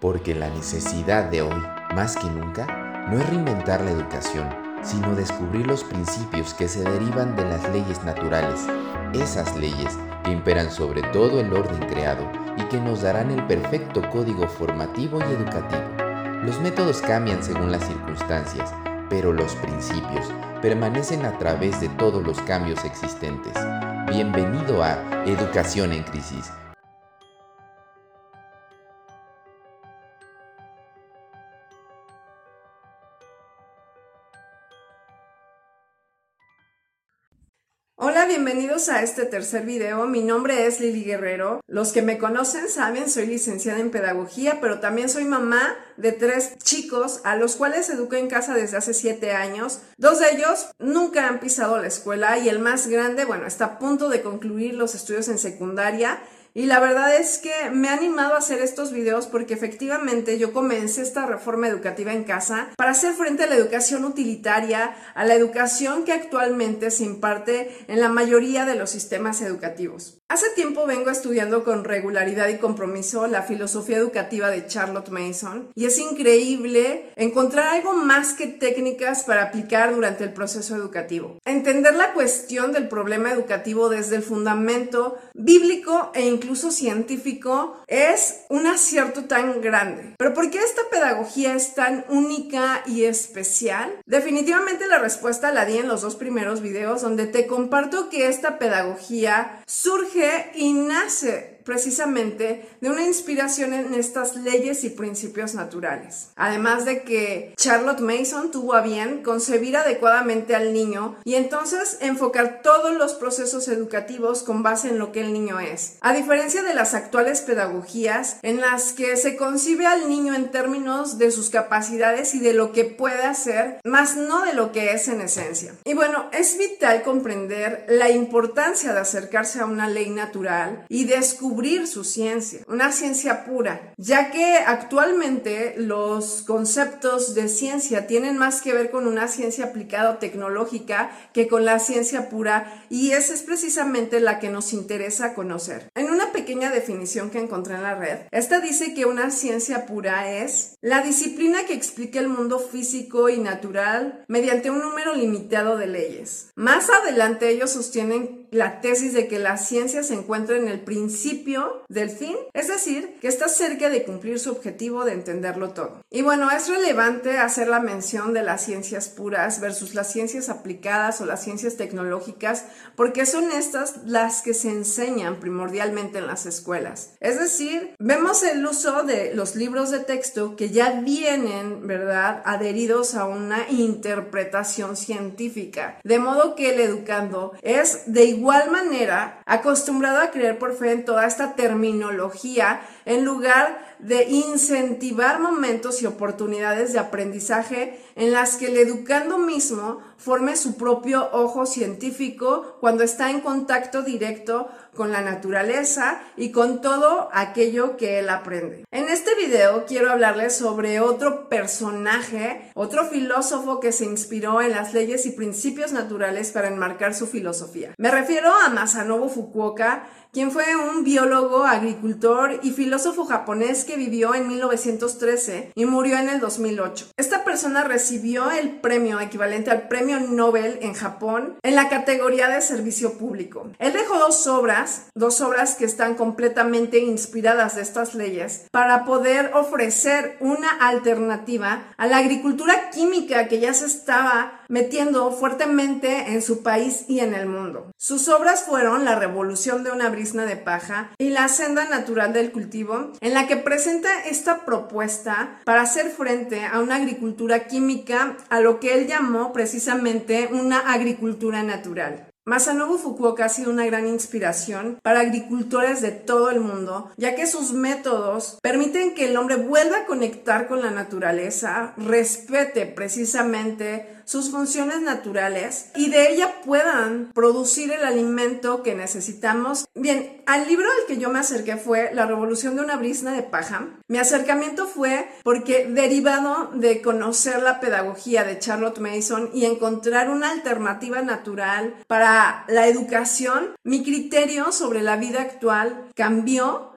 porque la necesidad de hoy, más que nunca, no es reinventar la educación, sino descubrir los principios que se derivan de las leyes naturales, esas leyes que imperan sobre todo el orden creado y que nos darán el perfecto código formativo y educativo. Los métodos cambian según las circunstancias, pero los principios permanecen a través de todos los cambios existentes. Bienvenido a Educación en Crisis. Hola, bienvenidos a este tercer video. Mi nombre es Lili Guerrero. Los que me conocen saben, soy licenciada en pedagogía, pero también soy mamá de 3 chicos a los cuales educo en casa desde hace 7 años. 2 de ellos nunca han pisado la escuela y el más grande, está a punto de concluir los estudios en secundaria. Y la verdad es que me ha animado a hacer estos videos porque efectivamente yo comencé esta reforma educativa en casa para hacer frente a la educación utilitaria, a la educación que actualmente se imparte en la mayoría de los sistemas educativos. Hace tiempo vengo estudiando con regularidad y compromiso la filosofía educativa de Charlotte Mason y es increíble encontrar algo más que técnicas para aplicar durante el proceso educativo. Entender la cuestión del problema educativo desde el fundamento bíblico e incluso científico es un acierto tan grande. ¿Pero por qué esta pedagogía es tan única y especial? Definitivamente la respuesta la di en los 2 primeros videos donde te comparto que esta pedagogía surge y nace precisamente de una inspiración en estas leyes y principios naturales. Además de que Charlotte Mason tuvo a bien concebir adecuadamente al niño y entonces enfocar todos los procesos educativos con base en lo que el niño es. A diferencia de las actuales pedagogías en las que se concibe al niño en términos de sus capacidades y de lo que puede hacer, más no de lo que es en esencia. Y es vital comprender la importancia de acercarse a una ley natural y descubrir su ciencia, una ciencia pura, ya que actualmente los conceptos de ciencia tienen más que ver con una ciencia aplicada o tecnológica que con la ciencia pura, y esa es precisamente la que nos interesa conocer. En una pequeña definición que encontré en la red, esta dice que una ciencia pura es la disciplina que explica el mundo físico y natural mediante un número limitado de leyes. Más adelante ellos sostienen la tesis de que la ciencia se encuentra en el principio del fin, es decir, que está cerca de cumplir su objetivo de entenderlo todo. Y es relevante hacer la mención de las ciencias puras versus las ciencias aplicadas o las ciencias tecnológicas, porque son estas las que se enseñan primordialmente en las escuelas. Es decir, vemos el uso de los libros de texto que ya vienen, adheridos a una interpretación científica, de modo que el educando es de igual manera acostumbrado a creer por fe en toda esta terminología en lugar de incentivar momentos y oportunidades de aprendizaje en las que el educando mismo forme su propio ojo científico cuando está en contacto directo con la naturaleza y con todo aquello que él aprende. En este video quiero hablarles sobre otro personaje, otro filósofo que se inspiró en las leyes y principios naturales para enmarcar su filosofía. Me refiero a Masanobu Fukuoka, quien fue un biólogo, agricultor y filósofo japonés que vivió en 1913 y murió en el 2008. Esta persona recibió el premio equivalente al premio Nobel en Japón en la categoría de servicio público. Él dejó 2 obras que están completamente inspiradas de estas leyes para poder ofrecer una alternativa a la agricultura química que ya se estaba metiendo fuertemente en su país y en el mundo. Sus obras fueron La revolución de una brizna de paja y La senda natural del cultivo, en la que presenta esta propuesta para hacer frente a una agricultura química, a lo que él llamó precisamente una agricultura natural. Masanobu Fukuoka ha sido una gran inspiración para agricultores de todo el mundo, ya que sus métodos permiten que el hombre vuelva a conectar con la naturaleza, respete precisamente sus funciones naturales y de ella puedan producir el alimento que necesitamos. Bien, al libro al que yo me acerqué fue La revolución de una brizna de paja. Mi acercamiento fue porque, derivado de conocer la pedagogía de Charlotte Mason y encontrar una alternativa natural para la educación, mi criterio sobre la vida actual cambió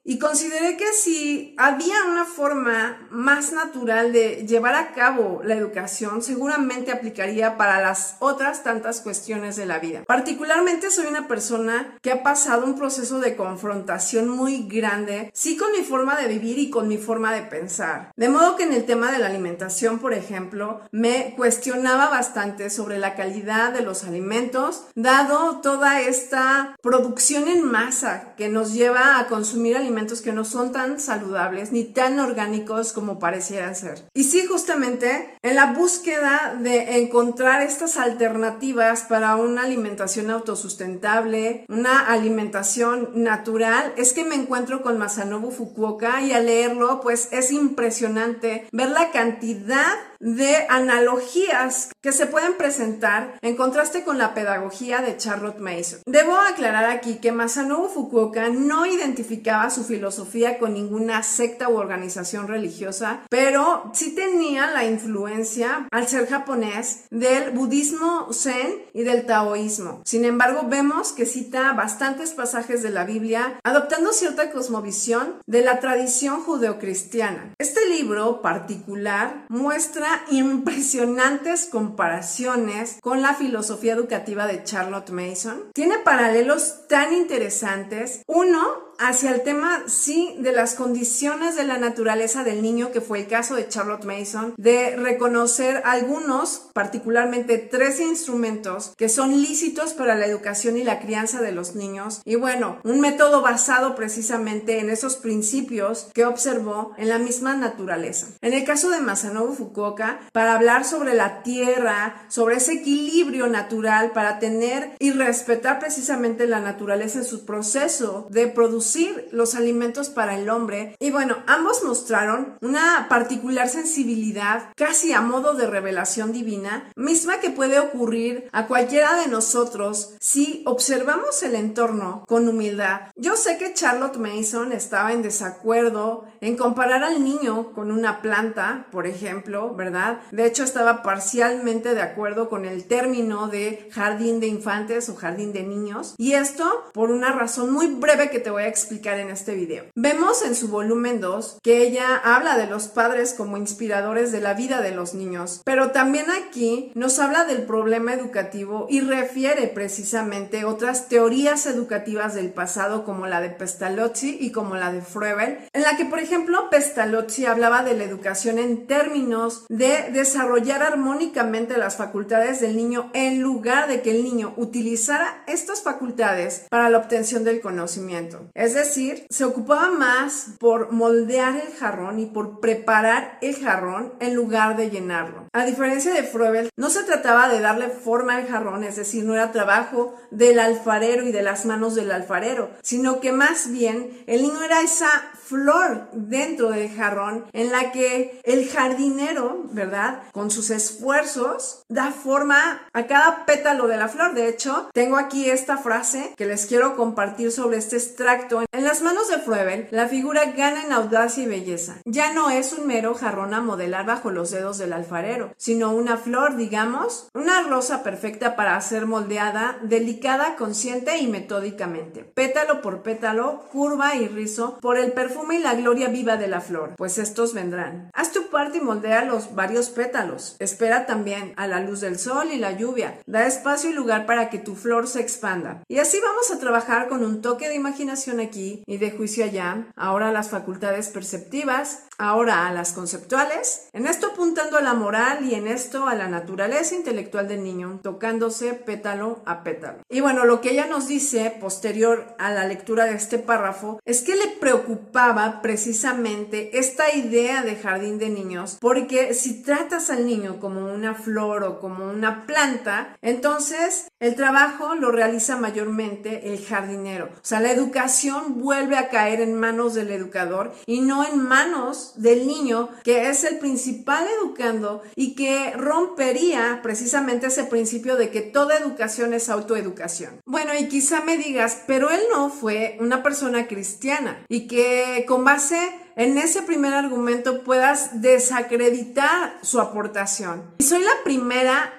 y consideré que si había una forma más natural de llevar a cabo la educación, seguramente aplicaría para las otras tantas cuestiones de la vida. Particularmente soy una persona que ha pasado un proceso de confrontación muy grande, sí, con mi forma de vivir y con mi forma de pensar. De modo que en el tema de la alimentación, por ejemplo, me cuestionaba bastante sobre la calidad de los alimentos, dado toda esta producción en masa que nos lleva a consumir alimentos que no son tan saludables ni tan orgánicos como parecieran ser. Y sí, justamente en la búsqueda de encontrar estas alternativas para una alimentación autosustentable, una alimentación natural, es que me encuentro con Masanobu Fukuoka, y al leerlo pues es impresionante ver la cantidad de analogías que se pueden presentar en contraste con la pedagogía de Charlotte Mason. Debo aclarar aquí que Masanobu Fukuoka no identificaba su filosofía con ninguna secta u organización religiosa, pero sí tenía la influencia, al ser japonés, del budismo zen y del taoísmo. Sin embargo, vemos que cita bastantes pasajes de la Biblia, adoptando cierta cosmovisión de la tradición judeocristiana. Este libro particular muestra impresionantes comparaciones con la filosofía educativa de Charlotte Mason. Tiene paralelos tan interesantes. Uno, hacia el tema, sí, de las condiciones de la naturaleza del niño, que fue el caso de Charlotte Mason, de reconocer algunos, particularmente 13 instrumentos que son lícitos para la educación y la crianza de los niños, y bueno, un método basado precisamente en esos principios que observó en la misma naturaleza. En el caso de Masanobu Fukuoka, para hablar sobre la tierra, sobre ese equilibrio natural para tener y respetar precisamente la naturaleza en su proceso de producir los alimentos para el hombre. Y bueno, ambos mostraron una particular sensibilidad, casi a modo de revelación divina, misma que puede ocurrir a cualquiera de nosotros si observamos el entorno con humildad. Yo sé que Charlotte Mason estaba en desacuerdo en comparar al niño con una planta, por ejemplo, ¿verdad? De hecho, estaba parcialmente de acuerdo con el término de jardín de infantes o jardín de niños, y esto por una razón muy breve que te voy a explicar en este video. Vemos en su volumen 2 que ella habla de los padres como inspiradores de la vida de los niños, pero también aquí nos habla del problema educativo y refiere precisamente otras teorías educativas del pasado, como la de Pestalozzi y como la de Froebel, en la que, por ejemplo, Pestalozzi hablaba de la educación en términos de desarrollar armónicamente las facultades del niño en lugar de que el niño utilizara estas facultades para la obtención del conocimiento. Es decir, se ocupaba más por moldear el jarrón y por preparar el jarrón en lugar de llenarlo. A diferencia de Froebel, no se trataba de darle forma al jarrón, es decir, no era trabajo del alfarero y de las manos del alfarero, sino que más bien el niño era esa flor dentro del jarrón en la que el jardinero, ¿verdad?, con sus esfuerzos da forma a cada pétalo de la flor. De hecho, tengo aquí esta frase que les quiero compartir sobre este extracto. En las manos de Froebel, la figura gana en audacia y belleza. Ya no es un mero jarrón a modelar bajo los dedos del alfarero, sino una flor, digamos, una rosa perfecta para ser moldeada, delicada, consciente y metódicamente, pétalo por pétalo, curva y rizo, por el perfume y la gloria viva de la flor, pues estos vendrán. Haz tu parte y moldea los varios pétalos. Espera también a la luz del sol y la lluvia. Da espacio y lugar para que tu flor se expanda. Y así vamos a trabajar con un toque de imaginación aquí y de juicio allá. Ahora las facultades perceptivas, ahora a las conceptuales, en esto apuntando a la moral y en esto a la naturaleza intelectual del niño, tocándose pétalo a pétalo. Y bueno, lo que ella nos dice posterior a la lectura de este párrafo es que le preocupaba precisamente esta idea de jardín de niños, porque si tratas al niño como una flor o como una planta, entonces el trabajo lo realiza mayormente el jardinero. O sea, la educación vuelve a caer en manos del educador y no en manos del niño, que es el principal educando y que rompería precisamente ese principio de que toda educación es autoeducación. Bueno, y quizá me digas, pero él no fue una persona cristiana y que con base en ese primer argumento puedas desacreditar su aportación. Y soy la primera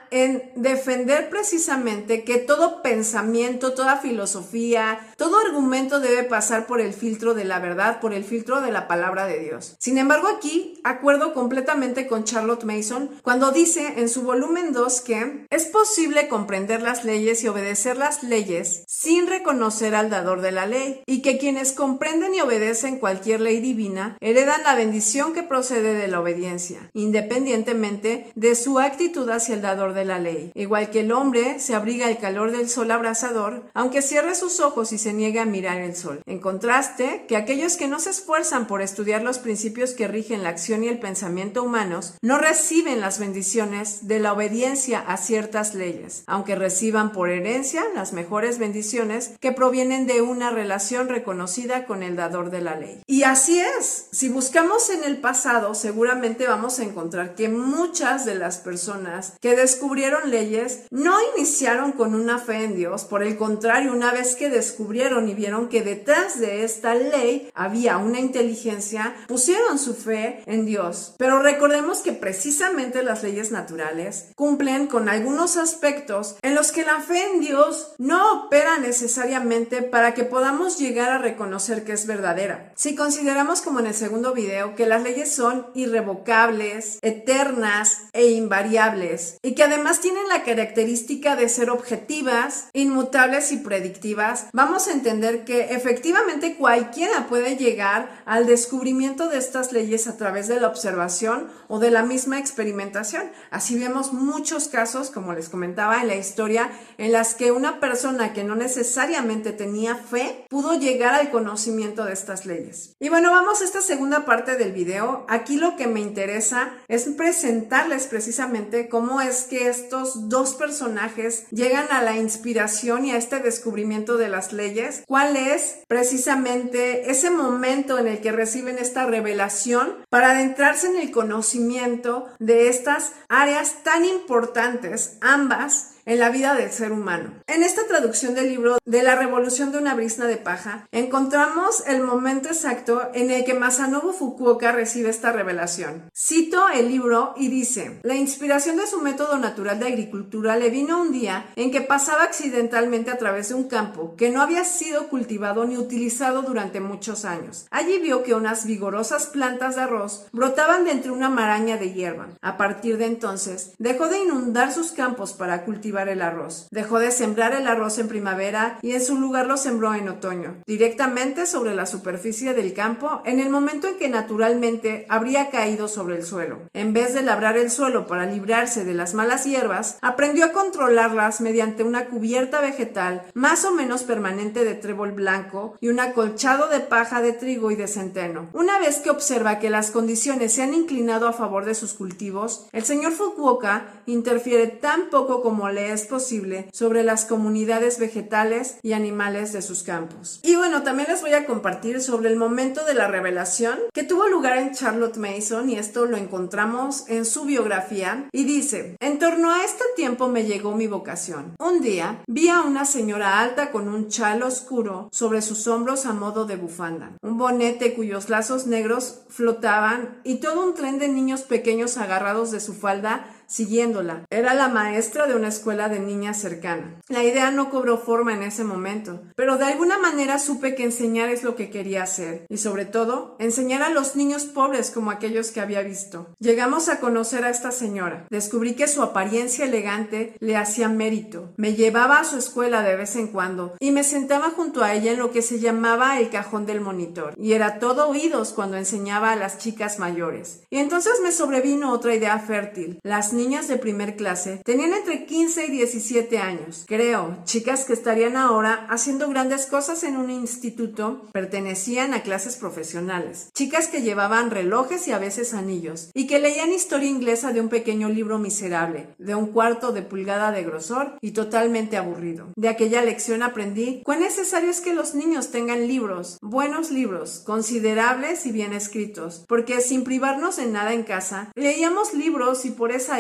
en defender precisamente que todo pensamiento, toda filosofía, todo argumento debe pasar por el filtro de la verdad, por el filtro de la palabra de Dios. Sin embargo, aquí acuerdo completamente con Charlotte Mason cuando dice en su volumen 2 que es posible comprender las leyes y obedecer las leyes sin reconocer al dador de la ley, y que quienes comprenden y obedecen cualquier ley divina heredan la bendición que procede de la obediencia, independientemente de su actitud hacia el dador de la ley. Igual que el hombre se abriga el calor del sol abrasador, aunque cierre sus ojos y se niegue a mirar el sol. En contraste, que aquellos que no se esfuerzan por estudiar los principios que rigen la acción y el pensamiento humanos no reciben las bendiciones de la obediencia a ciertas leyes, aunque reciban por herencia las mejores bendiciones que provienen de una relación reconocida con el dador de la ley. Y así es, si buscamos en el pasado, seguramente vamos a encontrar que muchas de las personas que descubrieron leyes no iniciaron con una fe en Dios. Por el contrario, una vez que descubrieron y vieron que detrás de esta ley había una inteligencia, pusieron su fe en Dios. Pero recordemos que precisamente las leyes naturales cumplen con algunos aspectos en los que la fe en Dios no opera necesariamente para que podamos llegar a reconocer que es verdadera. Si consideramos, como en el segundo video, que las leyes son irrevocables, eternas e invariables, y que además tienen la característica de ser objetivas, inmutables y predictivas, vamos a entender que efectivamente cualquiera puede llegar al descubrimiento de estas leyes a través de la observación o de la misma experimentación. Así vemos muchos casos, como les comentaba en la historia, en las que una persona que no necesariamente tenía fe pudo llegar al conocimiento de estas leyes. Y bueno, vamos a esta segunda parte del video. Aquí lo que me interesa es presentarles precisamente cómo es que estos dos personajes llegan a la inspiración y a este descubrimiento de las leyes. ¿Cuál es precisamente ese momento en el que reciben esta revelación para adentrarse en el conocimiento de estas áreas tan importantes, ambas, en la vida del ser humano? En esta traducción del libro de La revolución de una brizna de paja, encontramos el momento exacto en el que Masanobu Fukuoka recibe esta revelación. Cito el libro y dice: la inspiración de su método natural de agricultura le vino un día en que pasaba accidentalmente a través de un campo que no había sido cultivado ni utilizado durante muchos años. Allí vio que unas vigorosas plantas de arroz brotaban de entre una maraña de hierba. A partir de entonces, dejó de inundar sus campos para cultivar el arroz. Dejó de sembrar el arroz en primavera y en su lugar lo sembró en otoño, directamente sobre la superficie del campo, en el momento en que naturalmente habría caído sobre el suelo. En vez de labrar el suelo para librarse de las malas hierbas, aprendió a controlarlas mediante una cubierta vegetal más o menos permanente de trébol blanco y un acolchado de paja de trigo y de centeno. Una vez que observa que las condiciones se han inclinado a favor de sus cultivos, el señor Fukuoka interfiere tan poco como le es posible sobre las comunidades vegetales y animales de sus campos. Y bueno, también les voy a compartir sobre el momento de la revelación que tuvo lugar en Charlotte Mason, y esto lo encontramos en su biografía, y dice: en torno a este tiempo me llegó mi vocación. Un día vi a una señora alta con un chal oscuro sobre sus hombros a modo de bufanda, un bonete cuyos lazos negros flotaban y todo un tren de niños pequeños agarrados de su falda siguiéndola. Era la maestra de una escuela de niñas cercana. La idea no cobró forma en ese momento, pero de alguna manera supe que enseñar es lo que quería hacer, y sobre todo, enseñar a los niños pobres como aquellos que había visto. Llegamos a conocer a esta señora. Descubrí que su apariencia elegante le hacía mérito. Me llevaba a su escuela de vez en cuando y me sentaba junto a ella en lo que se llamaba el cajón del monitor, y era todo oídos cuando enseñaba a las chicas mayores. Y entonces me sobrevino otra idea fértil. Las niñas de primer clase tenían entre 15 y 17 años, creo, chicas que estarían ahora haciendo grandes cosas en un instituto, pertenecían a clases profesionales, chicas que llevaban relojes y a veces anillos, y que leían historia inglesa de un pequeño libro miserable, de 1/4 de pulgada de grosor y totalmente aburrido. De aquella lección aprendí cuán necesario es que los niños tengan libros, buenos libros, considerables y bien escritos, porque sin privarnos de nada en casa, leíamos libros y por esa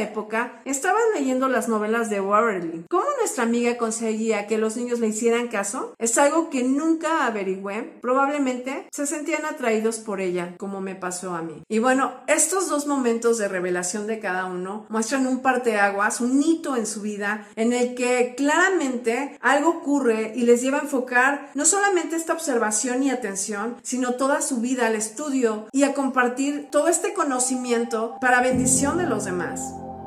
época estaban leyendo las novelas de Waverly. ¿Cómo nuestra amiga conseguía que los niños le hicieran caso? Es algo que nunca averigüé. Probablemente se sentían atraídos por ella, como me pasó a mí. Y bueno, estos dos momentos de revelación de cada uno muestran un parteaguas, un hito en su vida, en el que claramente algo ocurre y les lleva a enfocar no solamente esta observación y atención, sino toda su vida al estudio y a compartir todo este conocimiento para bendición de los demás.